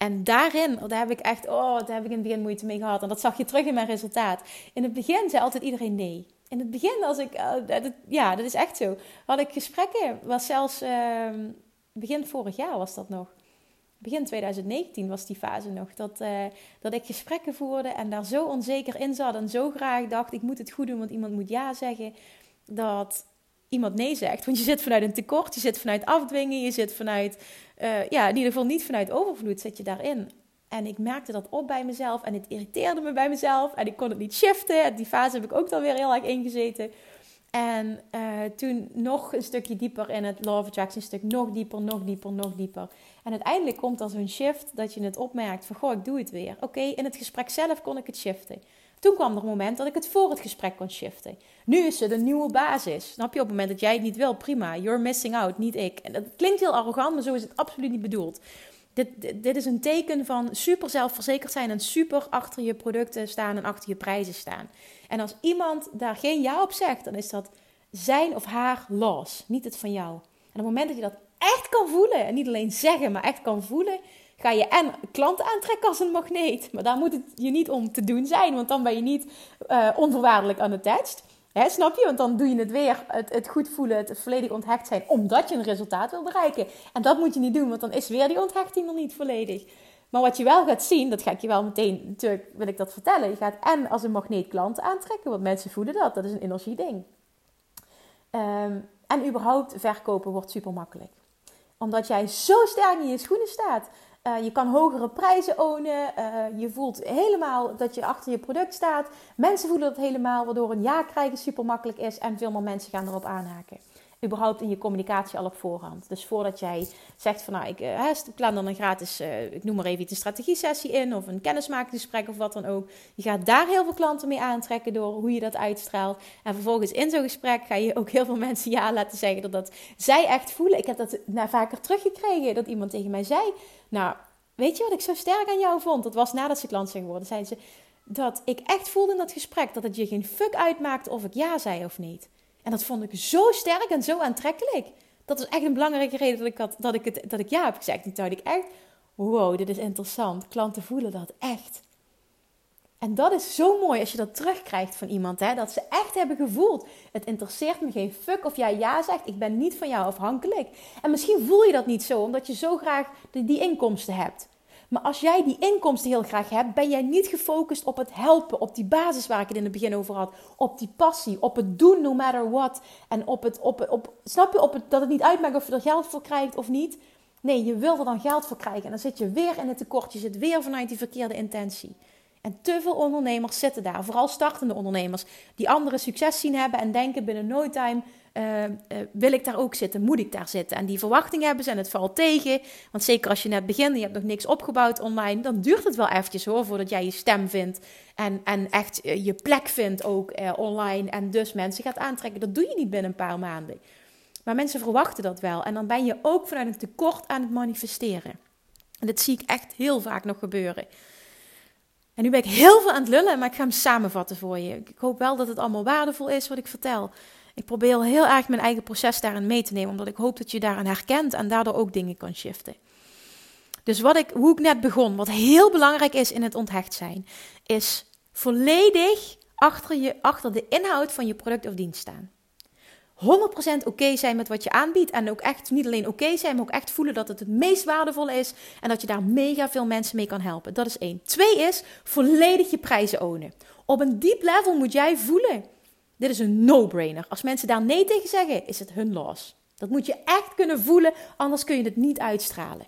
En daarin, daar heb ik echt, daar heb ik in het begin moeite mee gehad. En dat zag je terug in mijn resultaat. In het begin zei altijd iedereen nee. In het begin, dat is echt zo. Had ik gesprekken, was zelfs begin vorig jaar was dat nog. Begin 2019 was die fase nog. Dat ik gesprekken voerde en daar zo onzeker in zat. En zo graag dacht, ik moet het goed doen, want iemand moet ja zeggen. Dat iemand nee zegt. Want je zit vanuit een tekort, je zit vanuit afdwingen. Je zit vanuit, in ieder geval niet vanuit overvloed zit je daarin. En ik merkte dat op bij mezelf. En het irriteerde me bij mezelf. En ik kon het niet shiften. En die fase heb ik ook dan weer heel erg ingezeten. En toen nog een stukje dieper in het Law of Attraction stuk. Nog dieper. En uiteindelijk komt er zo'n shift dat je het opmerkt van, goh, ik doe het weer. Oké, in het gesprek zelf kon ik het shiften. Toen kwam er een moment dat ik het voor het gesprek kon shiften. Nu is het een nieuwe basis. Snap je? Op het moment dat jij het niet wil, prima. You're missing out, niet ik. En dat klinkt heel arrogant, maar zo is het absoluut niet bedoeld. Dit is een teken van super zelfverzekerd zijn en super achter je producten staan en achter je prijzen staan. En als iemand daar geen ja op zegt, dan is dat zijn of haar loss, niet het van jou. En op het moment dat je dat echt kan voelen, en niet alleen zeggen, maar echt kan voelen, ga je en klanten aantrekken als een magneet. Maar daar moet het je niet om te doen zijn, want dan ben je niet onvoorwaardelijk unattached. Hè, snap je? Want dan doe je het weer, het goed voelen, het volledig onthecht zijn, omdat je een resultaat wil bereiken. En dat moet je niet doen, want dan is weer die onthechting nog niet volledig. Maar wat je wel gaat zien, dat ga ik je wel meteen, natuurlijk wil ik dat vertellen. Je gaat en als een magneet klanten aantrekken, want mensen voelen dat is een energieding. En überhaupt verkopen wordt super makkelijk. Omdat jij zo sterk in je schoenen staat. Je kan hogere prijzen ownen. Je voelt helemaal dat je achter je product staat. Mensen voelen dat helemaal, waardoor een ja krijgen super makkelijk is. En veel meer mensen gaan erop aanhaken. Überhaupt in je communicatie al op voorhand. Dus voordat jij zegt van, ik plan dan een gratis, ik noem maar even een strategie-sessie in. Of een kennismakingsgesprek of wat dan ook. Je gaat daar heel veel klanten mee aantrekken door hoe je dat uitstraalt. En vervolgens in zo'n gesprek ga je ook heel veel mensen ja laten zeggen dat zij echt voelen. Ik heb dat vaker teruggekregen, dat iemand tegen mij zei, nou, weet je wat ik zo sterk aan jou vond? Dat was nadat ze klant zijn geworden. Zeiden ze dat ik echt voelde in dat gesprek dat het je geen fuck uitmaakte of ik ja zei of niet. En dat vond ik zo sterk en zo aantrekkelijk. Dat was echt een belangrijke reden dat ik ja heb gezegd. Toen dacht ik echt, wow, dit is interessant. Klanten voelen dat echt. En dat is zo mooi als je dat terugkrijgt van iemand. Hè? Dat ze echt hebben gevoeld. Het interesseert me geen fuck of jij ja zegt. Ik ben niet van jou afhankelijk. En misschien voel je dat niet zo, omdat je zo graag die inkomsten hebt. Maar als jij die inkomsten heel graag hebt, ben jij niet gefocust op het helpen, op die basis waar ik het in het begin over had, op die passie, op het doen no matter what. En snap je, dat het niet uitmaakt of je er geld voor krijgt of niet. Nee, je wil er dan geld voor krijgen en dan zit je weer in het tekort. Je zit weer vanuit die verkeerde intentie. En te veel ondernemers zitten daar, vooral startende ondernemers, die anderen succes zien hebben en denken binnen no time, wil ik daar ook zitten, moet ik daar zitten. En die verwachting hebben ze en het valt tegen. Want zeker als je net begint en je hebt nog niks opgebouwd online, dan duurt het wel eventjes hoor, voordat jij je stem vindt. En echt je plek vindt ook online. En dus mensen gaat aantrekken. Dat doe je niet binnen een paar maanden. Maar mensen verwachten dat wel. En dan ben je ook vanuit een tekort aan het manifesteren. En dat zie ik echt heel vaak nog gebeuren. En nu ben ik heel veel aan het lullen, maar ik ga hem samenvatten voor je. Ik hoop wel dat het allemaal waardevol is wat ik vertel. Ik probeer heel erg mijn eigen proces daarin mee te nemen, omdat ik hoop dat je daaraan herkent en daardoor ook dingen kan shiften. Dus hoe ik net begon, wat heel belangrijk is in het onthecht zijn, is volledig achter de inhoud van je product of dienst staan. 100% oké zijn met wat je aanbiedt en ook echt niet alleen oké zijn, maar ook echt voelen dat het meest waardevolle is en dat je daar mega veel mensen mee kan helpen. Dat is 1. 2 is volledig je prijzen ownen. Op een diep level moet jij voelen. Dit is een no-brainer. Als mensen daar nee tegen zeggen, is het hun loss. Dat moet je echt kunnen voelen, anders kun je het niet uitstralen.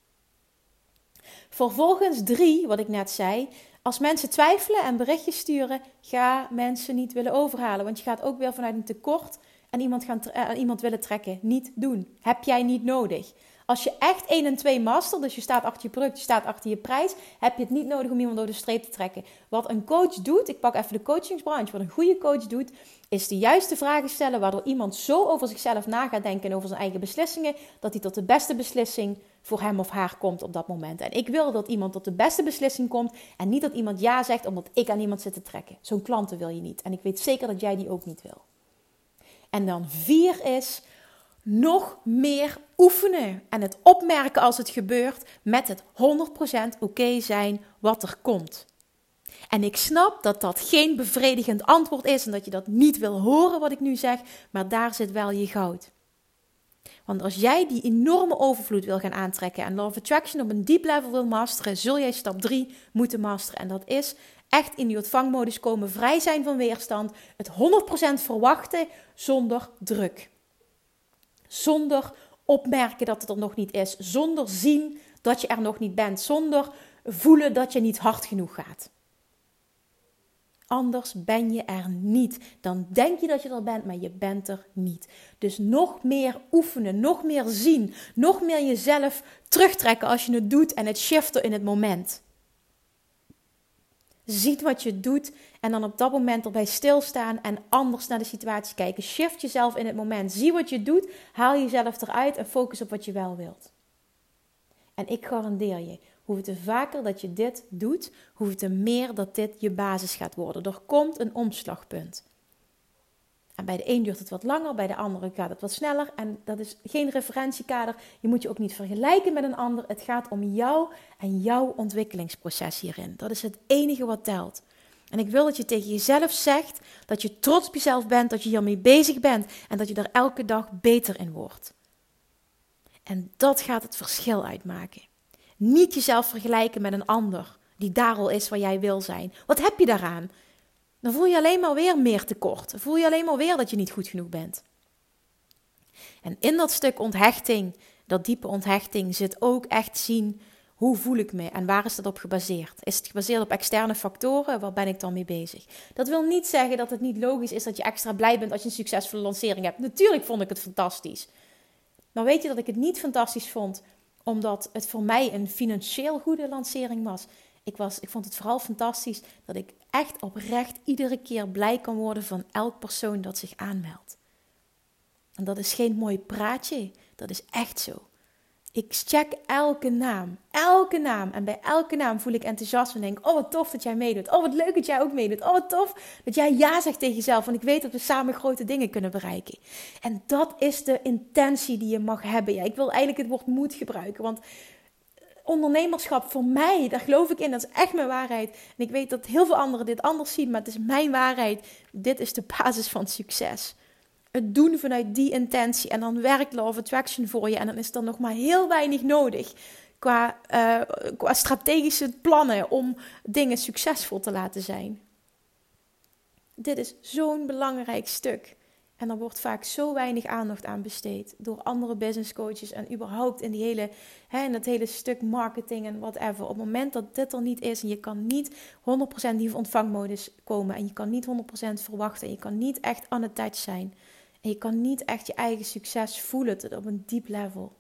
Vervolgens 3, wat ik net zei. Als mensen twijfelen en berichtjes sturen, ga mensen niet willen overhalen. Want je gaat ook weer vanuit een tekort en iemand willen trekken. Niet doen. Heb jij niet nodig. Als je echt 1 en 2 master, dus je staat achter je product, je staat achter je prijs, heb je het niet nodig om iemand door de streep te trekken. Wat een coach doet, ik pak even de coachingsbranche, wat een goede coach doet, is de juiste vragen stellen, waardoor iemand zo over zichzelf na gaat denken en over zijn eigen beslissingen, dat hij tot de beste beslissing voor hem of haar komt op dat moment. En ik wil dat iemand tot de beste beslissing komt en niet dat iemand ja zegt omdat ik aan iemand zit te trekken. Zo'n klanten wil je niet. En ik weet zeker dat jij die ook niet wil. En dan 4 is, nog meer oefenen. En het opmerken als het gebeurt met het 100% oké zijn wat er komt. En ik snap dat dat geen bevredigend antwoord is en dat je dat niet wil horen wat ik nu zeg, maar daar zit wel je goud. Want als jij die enorme overvloed wil gaan aantrekken en Law of Attraction op een diep level wil masteren, zul jij stap 3 moeten masteren. En dat is echt in die ontvangmodus komen, vrij zijn van weerstand, het 100% verwachten zonder druk. Zonder opmerken dat het er nog niet is, zonder zien dat je er nog niet bent, zonder voelen dat je niet hard genoeg gaat. Anders ben je er niet. Dan denk je dat je er bent, maar je bent er niet. Dus nog meer oefenen, nog meer zien, nog meer jezelf terugtrekken als je het doet en het shiften in het moment. Ziet wat je doet en dan op dat moment erbij stilstaan en anders naar de situatie kijken. Shift jezelf in het moment. Zie wat je doet, haal jezelf eruit en focus op wat je wel wilt. En ik garandeer je, hoe te vaker dat je dit doet, hoe te meer dat dit je basis gaat worden. Er komt een omslagpunt. En bij de een duurt het wat langer, bij de andere gaat het wat sneller. En dat is geen referentiekader. Je moet je ook niet vergelijken met een ander. Het gaat om jou en jouw ontwikkelingsproces hierin. Dat is het enige wat telt. En ik wil dat je tegen jezelf zegt dat je trots op jezelf bent, dat je hiermee bezig bent en dat je er elke dag beter in wordt. En dat gaat het verschil uitmaken. Niet jezelf vergelijken met een ander die daar al is waar jij wil zijn. Wat heb je daaraan? Dan voel je alleen maar weer meer tekort. Dan voel je alleen maar weer dat je niet goed genoeg bent. En in dat stuk onthechting, dat diepe onthechting, zit ook echt zien hoe voel ik me en waar is dat op gebaseerd? Is het gebaseerd op externe factoren? Waar ben ik dan mee bezig? Dat wil niet zeggen dat het niet logisch is dat je extra blij bent als je een succesvolle lancering hebt. Natuurlijk vond ik het fantastisch. Maar weet je dat ik het niet fantastisch vond omdat het voor mij een financieel goede lancering was. Ik vond het vooral fantastisch dat ik echt oprecht iedere keer blij kan worden van elk persoon dat zich aanmeldt. En dat is geen mooi praatje, dat is echt zo. Ik check elke naam. En bij elke naam voel ik enthousiasme en denk, oh wat tof dat jij meedoet. Oh wat leuk dat jij ook meedoet. Oh wat tof dat jij ja zegt tegen jezelf. Want ik weet dat we samen grote dingen kunnen bereiken. En dat is de intentie die je mag hebben. Ja, ik wil eigenlijk het woord moed gebruiken. Want ondernemerschap voor mij, daar geloof ik in. Dat is echt mijn waarheid. En ik weet dat heel veel anderen dit anders zien. Maar het is mijn waarheid. Dit is de basis van succes. Het doen vanuit die intentie. En dan werkt Law of Attraction voor je. En dan is er nog maar heel weinig nodig. Qua strategische plannen om dingen succesvol te laten zijn. Dit is zo'n belangrijk stuk. En er wordt vaak zo weinig aandacht aan besteed. Door andere business coaches. En überhaupt in dat hele stuk marketing en whatever. Op het moment dat dit er niet is. En je kan niet 100% die ontvangmodus komen. En je kan niet 100% verwachten. En je kan niet echt unattached zijn. En je kan niet echt je eigen succes voelen tot op een diep level.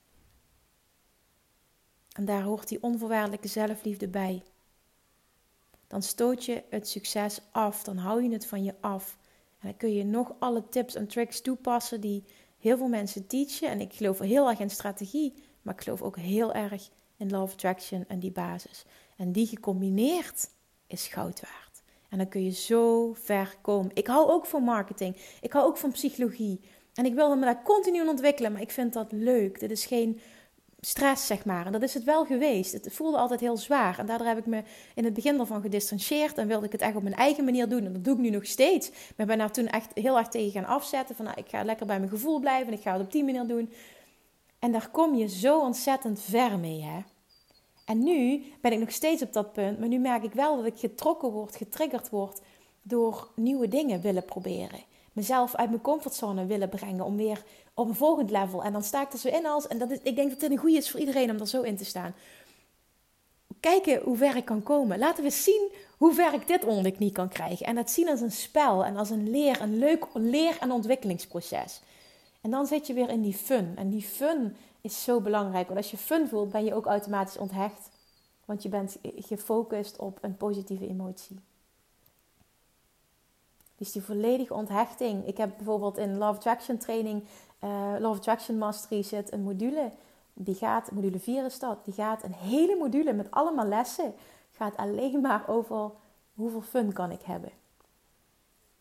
En daar hoort die onvoorwaardelijke zelfliefde bij. Dan stoot je het succes af. Dan hou je het van je af. En dan kun je nog alle tips en tricks toepassen die heel veel mensen teachen. En ik geloof heel erg in strategie. Maar ik geloof ook heel erg in Law of Attraction en die basis. En die gecombineerd is goud waard. En dan kun je zo ver komen. Ik hou ook van marketing. Ik hou ook van psychologie. En ik wil me daar continu in ontwikkelen. Maar ik vind dat leuk. Dit is geen stress, zeg maar. En dat is het wel geweest. Het voelde altijd heel zwaar. En daardoor heb ik me in het begin ervan gedistanceerd. En wilde ik het echt op mijn eigen manier doen. En dat doe ik nu nog steeds. Maar ik ben daar toen echt heel erg tegen gaan afzetten. Van ik ga lekker bij mijn gevoel blijven. En ik ga het op die manier doen. En daar kom je zo ontzettend ver mee, hè. En nu ben ik nog steeds op dat punt. Maar nu merk ik wel dat ik getriggerd word door nieuwe dingen willen proberen. Mezelf uit mijn comfortzone willen brengen om weer op een volgend level. En dan sta ik er zo in als... En ik denk dat dit een goede is voor iedereen om er zo in te staan. Kijken hoe ver ik kan komen. Laten we zien hoe ver ik dit onder de knie kan krijgen. En dat zien als een spel en als een leuk leer- en ontwikkelingsproces. En dan zit je weer in die fun. En die fun is zo belangrijk. Want als je fun voelt, ben je ook automatisch onthecht. Want je bent gefocust op een positieve emotie. Dus die volledige onthechting. Ik heb bijvoorbeeld in Law of Attraction training, Law of Attraction Mastery zit een module. Module 4 is dat. Die gaat een hele module met allemaal lessen. Gaat alleen maar over hoeveel fun kan ik hebben.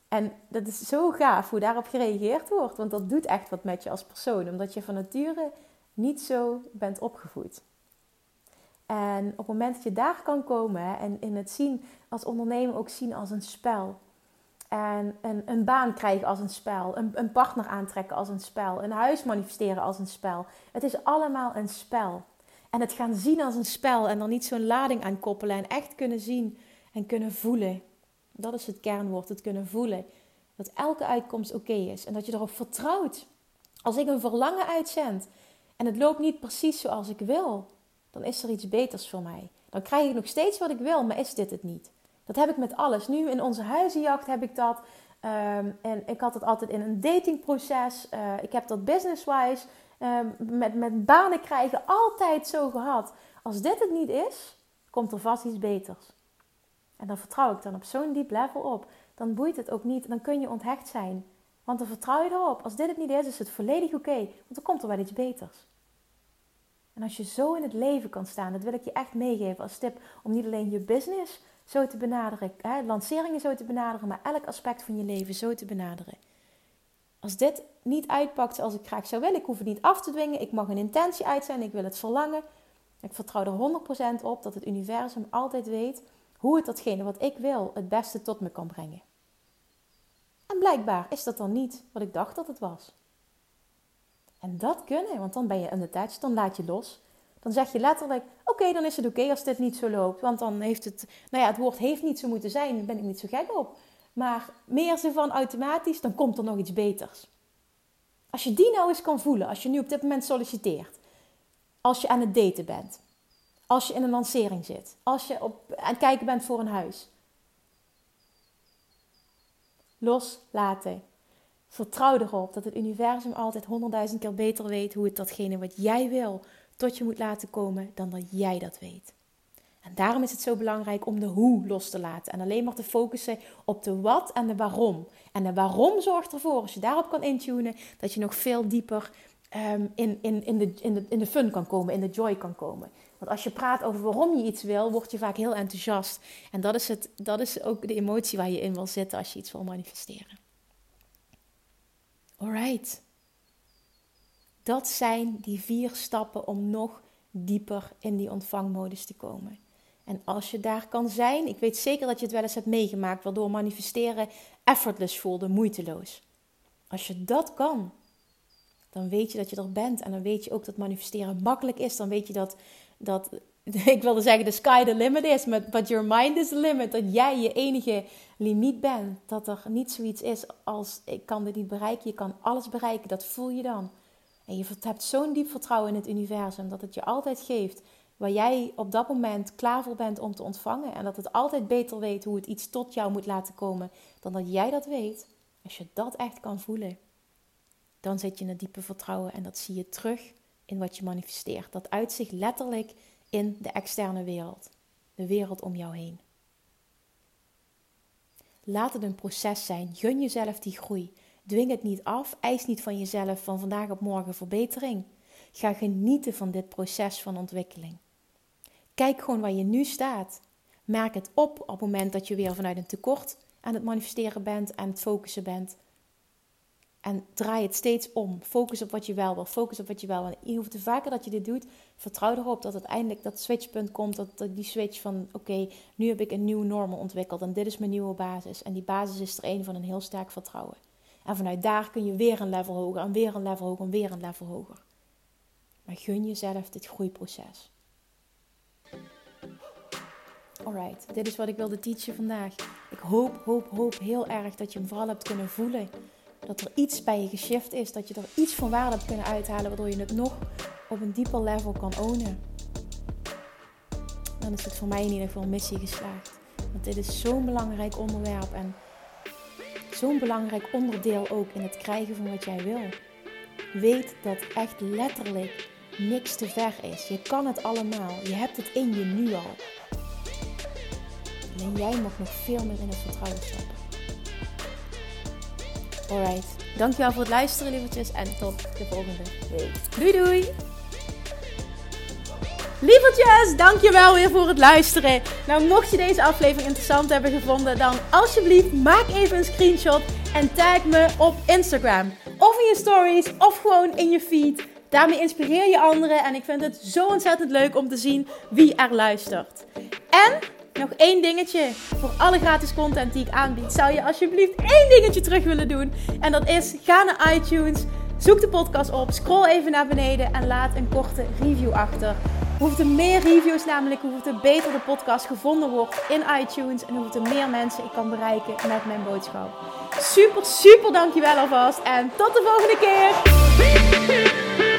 En dat is zo gaaf hoe daarop gereageerd wordt. Want dat doet echt wat met je als persoon. Omdat je van nature niet zo bent opgevoed. En op het moment dat je daar kan komen en in het zien als ondernemer ook zien als een spel. En een baan krijgen als een spel. Een partner aantrekken als een spel. Een huis manifesteren als een spel. Het is allemaal een spel. En het gaan zien als een spel. En er niet zo'n lading aan koppelen. En echt kunnen zien en kunnen voelen. Dat is het kernwoord. Het kunnen voelen. Dat elke uitkomst oké is. En dat je erop vertrouwt. Als ik een verlangen uitzend. En het loopt niet precies zoals ik wil. Dan is er iets beters voor mij. Dan krijg ik nog steeds wat ik wil. Maar is dit het niet? Dat heb ik met alles. Nu in onze huizenjacht heb ik dat. En ik had het altijd in een datingproces. Ik heb dat business-wise. Met banen krijgen. Altijd zo gehad. Als dit het niet is. Komt er vast iets beters. En dan vertrouw ik dan op zo'n diep level op. Dan boeit het ook niet. Dan kun je onthecht zijn. Want dan vertrouw je erop. Als dit het niet is, is het volledig oké. Want dan komt er wel iets beters. En als je zo in het leven kan staan. Dat wil ik je echt meegeven als tip. Om niet alleen je business zo te benaderen. Lanceringen zo te benaderen. Maar elk aspect van je leven zo te benaderen. Als dit niet uitpakt zoals ik graag zou willen. Ik hoef het niet af te dwingen. Ik mag een intentie uit zijn. Ik wil het verlangen. Ik vertrouw er 100% op dat het universum altijd weet hoe het datgene wat ik wil het beste tot me kan brengen. En blijkbaar is dat dan niet wat ik dacht dat het was. En dat kunnen, want dan ben je unattached, dan laat je los. Dan zeg je letterlijk, oké, dan is het oké als dit niet zo loopt. Want dan heeft het woord heeft niet zo moeten zijn, daar ben ik niet zo gek op. Maar meer zo van automatisch, dan komt er nog iets beters. Als je die nou eens kan voelen, als je nu op dit moment solliciteert. Als je aan het daten bent. Als je in een lancering zit. Als je aan het kijken bent voor een huis. Loslaten. Vertrouw erop dat het universum altijd 100.000 keer beter weet hoe het datgene wat jij wil tot je moet laten komen dan dat jij dat weet. En daarom is het zo belangrijk om de hoe los te laten. En alleen maar te focussen op de wat en de waarom. En de waarom zorgt ervoor, als je daarop kan intunen, dat je nog veel dieper in de fun kan komen, in de joy kan komen. Want als je praat over waarom je iets wil, word je vaak heel enthousiast. En dat is ook de emotie waar je in wil zitten als je iets wil manifesteren. Alright. Dat zijn die 4 stappen om nog dieper in die ontvangmodus te komen. En als je daar kan zijn, ik weet zeker dat je het wel eens hebt meegemaakt, waardoor manifesteren effortless voelde, moeiteloos. Als je dat kan, dan weet je dat je er bent. En dan weet je ook dat manifesteren makkelijk is. Dan weet je dat ik wilde zeggen the sky the limit is, but your mind is the limit. Dat jij je enige limiet bent. Dat er niet zoiets is als ik kan dit niet bereiken. Je kan alles bereiken, dat voel je dan. En je hebt zo'n diep vertrouwen in het universum dat het je altijd geeft waar jij op dat moment klaar voor bent om te ontvangen. En dat het altijd beter weet hoe het iets tot jou moet laten komen dan dat jij dat weet. Als je dat echt kan voelen, dan zit je in het diepe vertrouwen en dat zie je terug in wat je manifesteert. Dat uitzicht letterlijk in de externe wereld. De wereld om jou heen. Laat het een proces zijn. Gun jezelf die groei. Dwing het niet af. Eis niet van jezelf van vandaag op morgen verbetering. Ga genieten van dit proces van ontwikkeling. Kijk gewoon waar je nu staat. Merk het op het moment dat je weer vanuit een tekort aan het manifesteren bent, aan het focussen bent. En draai het steeds om. Focus op wat je wel wil. Focus op wat je wel wil. Je hoeft te vaker dat je dit doet, vertrouw erop dat uiteindelijk dat switchpunt komt. Dat die switch van oké, nu heb ik een nieuw normal ontwikkeld. En dit is mijn nieuwe basis. En die basis is er een van een heel sterk vertrouwen. En vanuit daar kun je weer een level hoger. En weer een level hoger. En weer een level hoger. Maar gun jezelf dit groeiproces. Alright, dit is wat ik wilde teachen vandaag. Ik hoop heel erg dat je hem vooral hebt kunnen voelen. Dat er iets bij je geshift is. Dat je er iets van waarde hebt kunnen uithalen. Waardoor je het nog op een dieper level kan ownen. Dan is het voor mij in ieder geval een missie geslaagd. Want dit is zo'n belangrijk onderwerp. En zo'n belangrijk onderdeel ook in het krijgen van wat jij wil. Weet dat echt letterlijk niks te ver is. Je kan het allemaal. Je hebt het in je nu al. En jij mag nog veel meer in het vertrouwen stappen. Alright. Dankjewel voor het luisteren, lievertjes. En tot de volgende week. Doei doei! Lievertjes, dankjewel weer voor het luisteren. Nou, mocht je deze aflevering interessant hebben gevonden, dan alsjeblieft maak even een screenshot en tag me op Instagram. Of in je stories, of gewoon in je feed. Daarmee inspireer je anderen en ik vind het zo ontzettend leuk om te zien wie er luistert. En nog één dingetje. Voor alle gratis content die ik aanbied, zou je alsjeblieft één dingetje terug willen doen. En dat is, ga naar iTunes, zoek de podcast op, scroll even naar beneden en laat een korte review achter. Hoeveel meer reviews namelijk, hoeveel beter de podcast gevonden wordt in iTunes. En hoeveel meer mensen ik kan bereiken met mijn boodschap. Super, super dankjewel alvast. En tot de volgende keer.